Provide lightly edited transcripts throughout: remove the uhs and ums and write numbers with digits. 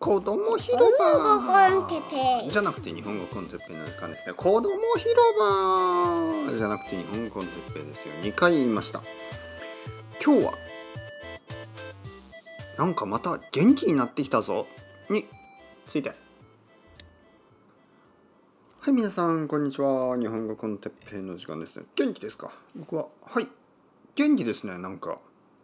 子供広場じゃなくて日本語コンテッペイの時間ですね。子供広場じゃなくて日本語コンテッペイですよ。2回言いました。今日はなんかまた元気になってきたぞについて。はい、皆さんこんにちは。日本語コンテッペイの時間ですね。元気ですか？僕は元気ですね。なんか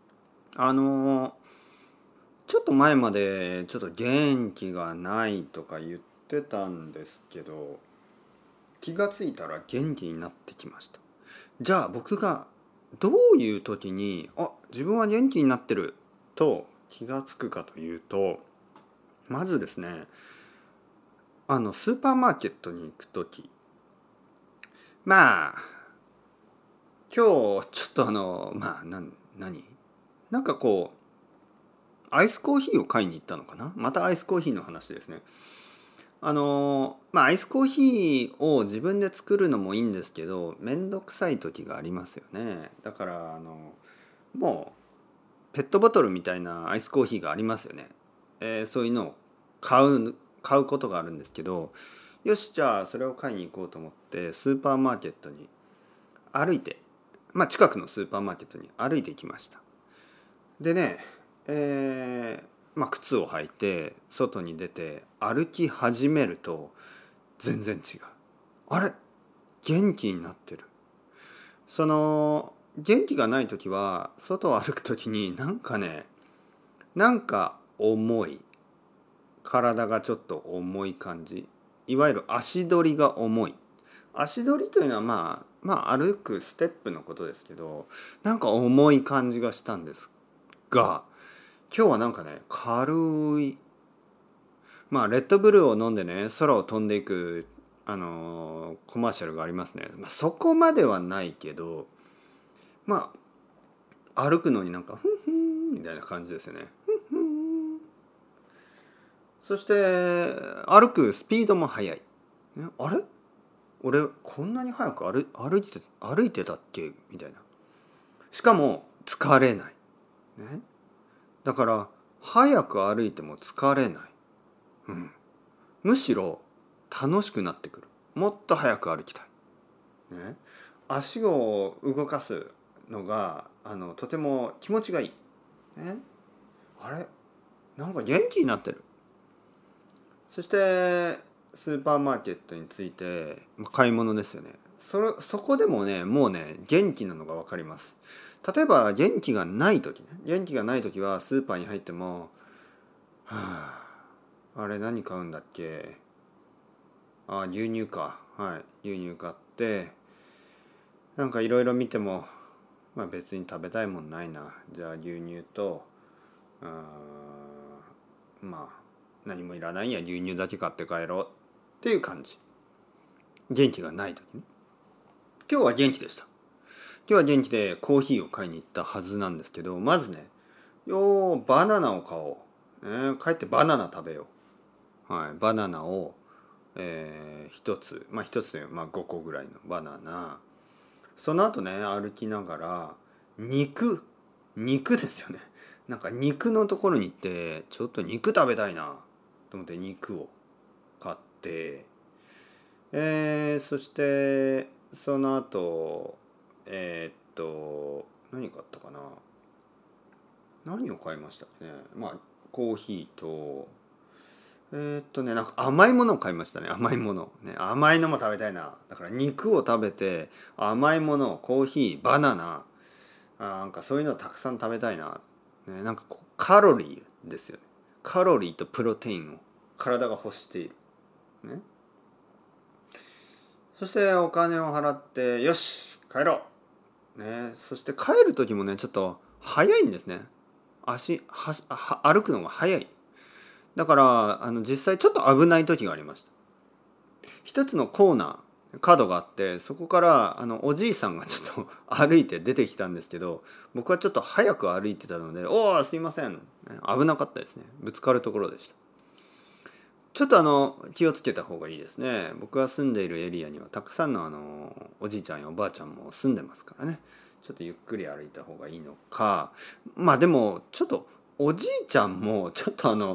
ちょっと前までちょっと元気がないとか言ってたんですけど、気がついたら元気になってきました。じゃあ僕がどういう時に自分は元気になってると気がつくかというと、まずですね、スーパーマーケットに行く時、今日ちょっとなんかこうアイスコーヒーを買いに行ったのかな。またアイスコーヒーの話ですね。アイスコーヒーを自分で作るのもいいんですけど、めんどくさい時がありますよね。だからもうペットボトルみたいなアイスコーヒーがありますよね。そういうのを買うことがあるんですけど、よし、じゃあそれを買いに行こうと思ってスーパーマーケットに歩いて、近くのスーパーマーケットに歩いてきました。でね、靴を履いて外に出て歩き始めると全然違う。あれ、元気になってる。元気がない時は外を歩く時になんか重い、体がちょっと重い感じ、いわゆる足取りが重い。足取りというのは歩くステップのことですけど、なんか重い感じがしたんですが、今日はなんかね、軽い、レッドブルーを飲んでね、空を飛んでいくコマーシャルがありますね。そこまではないけど、歩くのになんかフンフンみたいな感じですよね。フンフン。そして歩くスピードも速い。あれ？俺こんなに速く歩いてたっけみたいな。しかも疲れない。ね。だから早く歩いても疲れない。むしろ楽しくなってくる。もっと早く歩きたい。ね。足を動かすのがとても気持ちがいい。ね。あれ？なんか元気になってる。そしてスーパーマーケットについて買い物ですよね。そこでもね、もうね、元気なのが分かります。例えば元気がない時はスーパーに入っても、あれ何買うんだっけ、牛乳か、牛乳買って、なんかいろいろ見ても、別に食べたいもんないな、じゃあ牛乳と何もいらないんや、牛乳だけ買って帰ろうっていう感じ。元気がない時ね。今日は元気でした。今日は元気でコーヒーを買いに行ったはずなんですけど、まずね、バナナを買おう。帰ってバナナ食べよう。バナナを、一つで5個ぐらいのバナナ。その後ね、歩きながら肉ですよね。なんか肉のところに行って、ちょっと肉食べたいなと思って肉を買って、そしてその後何買ったかな。何を買いましたかね。コーヒーとなんか甘いものを買いましたね。甘いものね、甘いのも食べたいな。だから肉を食べて甘いもの、コーヒー、バナナ、なんかそういうのをたくさん食べたいな、ね、なんかカロリーですよね。カロリーとプロテインを体が欲している、ね。そしてお金を払ってよし帰ろう、ね。そして帰る時もね、ちょっと早いんですね。歩くのが早い。だから実際ちょっと危ない時がありました。一つの角があって、そこからおじいさんがちょっと歩いて出てきたんですけど、僕はちょっと早く歩いてたので、すいません、危なかったですね。ぶつかるところでした。ちょっと気をつけた方がいいですね。僕が住んでいるエリアにはたくさんのおじいちゃんやおばあちゃんも住んでますからね。ちょっとゆっくり歩いた方がいいのか。でもちょっとおじいちゃんもちょっと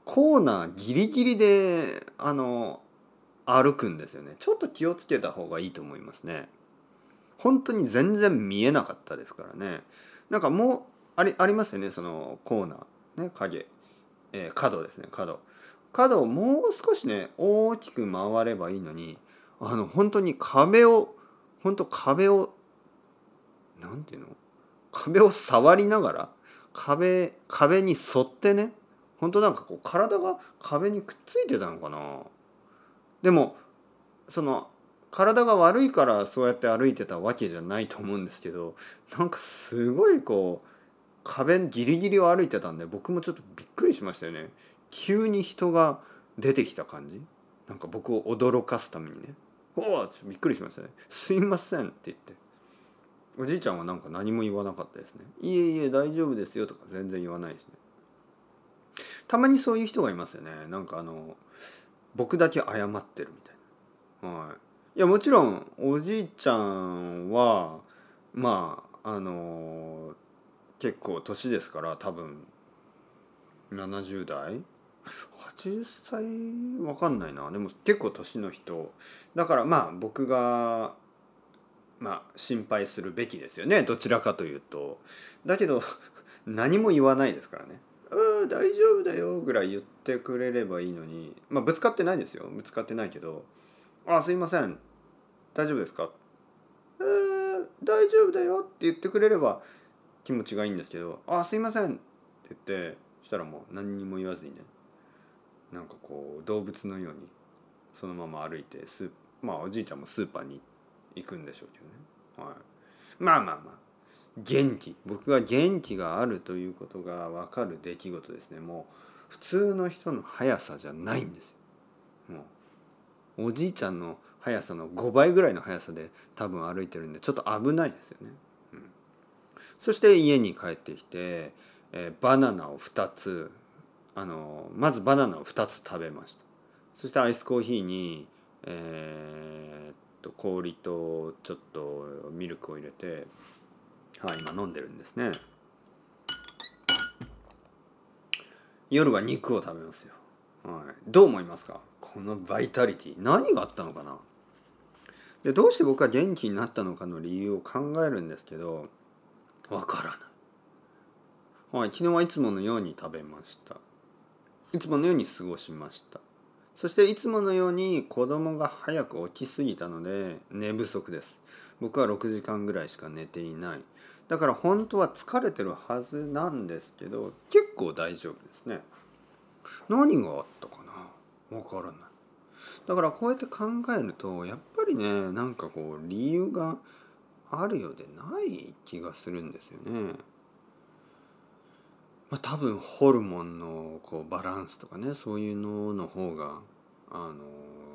コーナーギリギリで歩くんですよね。ちょっと気をつけた方がいいと思いますね。本当に全然見えなかったですからね。なんかもうありますよね、そのコーナーね、角ですね、角をもう少しね大きく回ればいいのに、本当に壁をなんていうの、壁を触りながら壁に沿ってね、本当なんかこう体が壁にくっついてたのかな。でもその体が悪いからそうやって歩いてたわけじゃないと思うんですけど、なんかすごいこう壁ギリギリを歩いてたんで、僕もちょっとびっくりしましたよね。急に人が出てきた感じ、なんか僕を驚かすためにね。おお、びっくりしましたね。すいませんって言って、おじいちゃんはなんか何も言わなかったですね。いえいえ大丈夫ですよとか全然言わないしね。たまにそういう人がいますよね。なんか僕だけ謝ってるみたいな。はい。いやもちろんおじいちゃんはまあ結構年ですから、多分70代80歳わかんないな。でも結構年の人だから、まあ僕が心配するべきですよね、どちらかというと。だけど何も言わないですからね。大丈夫だよぐらい言ってくれればいいのに、ぶつかってないですよ、ぶつかってないけど、すいません大丈夫ですか、大丈夫だよって言ってくれれば気持ちがいいんですけど、すいませんって言ってしたらもう何にも言わずにね、なんかこう動物のようにそのまま歩いておじいちゃんもスーパーに行くんでしょうけどね。はい。僕が元気があるということが分かる出来事ですね。もう普通の人の速さじゃないんですよ。もうおじいちゃんの速さの5倍ぐらいの速さで多分歩いてるんで、ちょっと危ないですよね。そして家に帰ってきて、バナナを2つまずバナナを2つ食べました。そしてアイスコーヒーに氷とちょっとミルクを入れて、今飲んでるんですね。夜は肉を食べますよ。どう思いますか、このバイタリティ、何があったのかな。でどうして僕は元気になったのかの理由を考えるんですけど、わからない。昨日はいつものように食べました。いつものように過ごしました。そしていつものように子供が早く起きすぎたので寝不足です。僕は6時間ぐらいしか寝ていない。だから本当は疲れてるはずなんですけど、結構大丈夫ですね。何があったかな、わからない。だからこうやって考えるとやっぱりね、なんかこう理由があるようでない気がするんですよね。多分ホルモンのこうバランスとかね、そういうのの方があの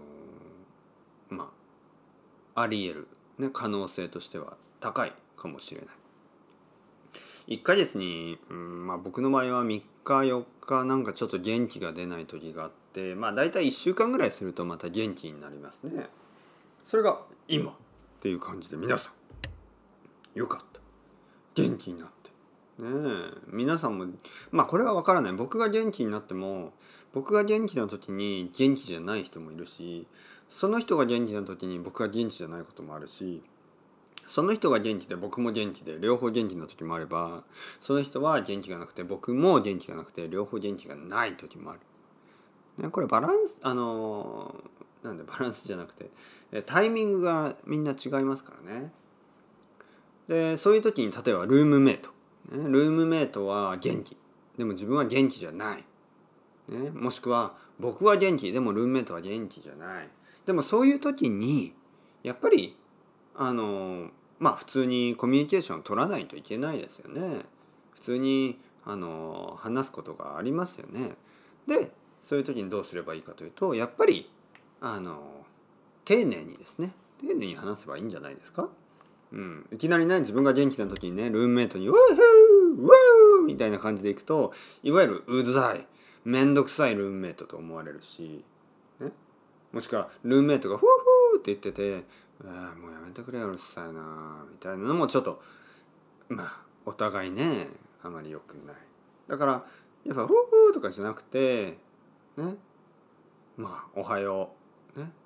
あり得る、ね、可能性としては高いかもしれない。1ヶ月に、僕の場合は3日4日なんかちょっと元気が出ない時があって、だいたい1週間ぐらいするとまた元気になりますね。それが今っていう感じで、皆さんよかった、元気になってね。皆さんもこれは分からない。僕が元気になっても、僕が元気な時に元気じゃない人もいるし、その人が元気な時に僕が元気じゃないこともあるし、その人が元気で僕も元気で両方元気な時もあれば、その人は元気がなくて僕も元気がなくて両方元気がない時もある、ね、これバランスなんでバランスじゃなくてタイミングがみんな違いますからね。でそういう時に例えばルームメイト、ルームメイトは元気でも自分は元気じゃない、もしくは僕は元気でもルームメイトは元気じゃない。でもそういう時にやっぱり普通にコミュニケーションを取らないといけないですよね。普通に話すことがありますよね。でそういう時にどうすればいいかというと、やっぱり丁寧にですね、丁寧に話せばいいんじゃないですか。いきなりね、自分が元気な時にね、ルームメイトに「ウーフーウー」みたいな感じでいくと、いわゆるうざいめんどくさいルームメイトと思われるし、ね、もしくはルームメイトが「フーフー」って言ってて「もうやめてくれようるさいな」みたいなのもちょっとお互いねあまり良くない。だからやっぱ「フーフー」とかじゃなくてね、まあおはようね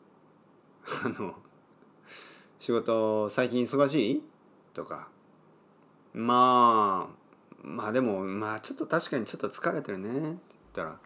仕事最近忙しいとか、まあでもちょっと確かにちょっと疲れてるねって言ったら、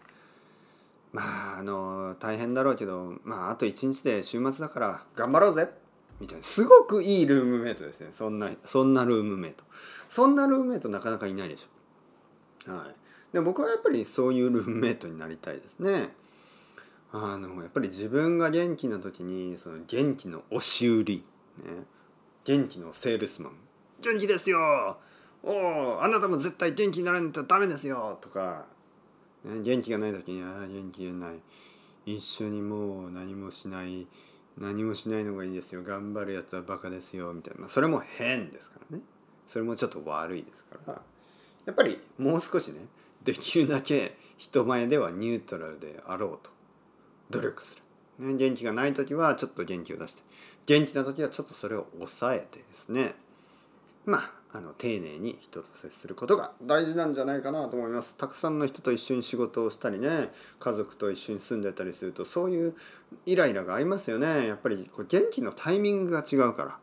大変だろうけどあと1日で週末だから頑張ろうぜみたいな、すごくいいルームメイトですね。そんなルームメイト、なかなかいないでしょ。はい。で僕はやっぱりそういうルームメイトになりたいですね。やっぱり自分が元気な時にその元気の押し売り、ね、元気のセールスマン、元気ですよ、あなたも絶対元気にならないとダメですよとか、ね、元気がない時に元気がない、一緒にもう何もしないのがいいですよ、頑張るやつはバカですよみたいな、それも変ですからね。それもちょっと悪いですから、やっぱりもう少しね、できるだけ人前ではニュートラルであろうと努力する、ね、元気がない時はちょっと元気を出して、元気な時はちょっとそれを抑えてですね、丁寧に人と接することが大事なんじゃないかなと思います。たくさんの人と一緒に仕事をしたりね、家族と一緒に住んでたりするとそういうイライラがありますよね。やっぱり元気のタイミングが違うから、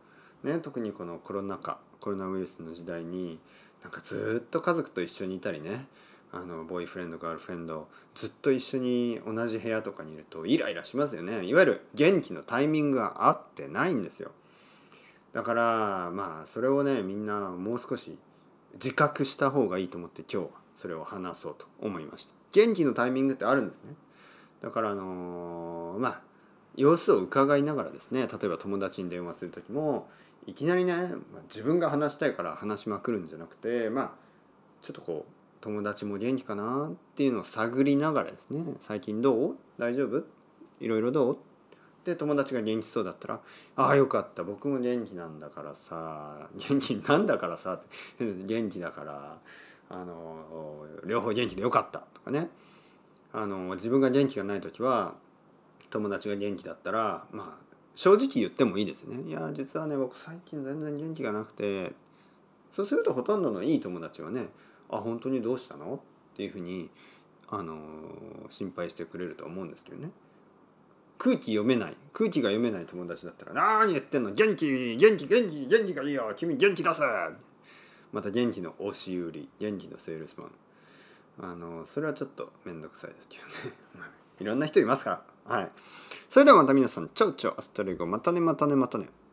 ね、特にこのコロナウイルスの時代にずっと家族と一緒にいたりね、ボーイフレンドガールフレンドずっと一緒に同じ部屋とかにいるとイライラしますよね。いわゆる元気のタイミングが合ってないんですよ。だからそれをね、みんなもう少し自覚した方がいいと思って今日はそれを話そうと思いました。元気のタイミングってあるんですね。だから様子を伺いながらですね、例えば友達に電話する時もいきなりね、自分が話したいから話しまくるんじゃなくて、ちょっと友達も元気かなっていうのを探りながらですね、最近どう？大丈夫？いろいろどう？で友達が元気そうだったら、よかった、僕も元気なんだからさ、元気なんだからさって元気だから両方元気でよかったとかね、自分が元気がない時は友達が元気だったら正直言ってもいいですね。いや実はね、僕最近全然元気がなくて、そうするとほとんどのいい友達はね、本当にどうしたのっていうふうに心配してくれると思うんですけどね。空気が読めない友達だったら、何言ってんの、元気がいいよ、君元気出せ、また元気の押し売り、元気のセールスマン、それはちょっとめんどくさいですけどねいろんな人いますから。はい。それではまた皆さん、チャウチャウ、アスタレゴ、またね。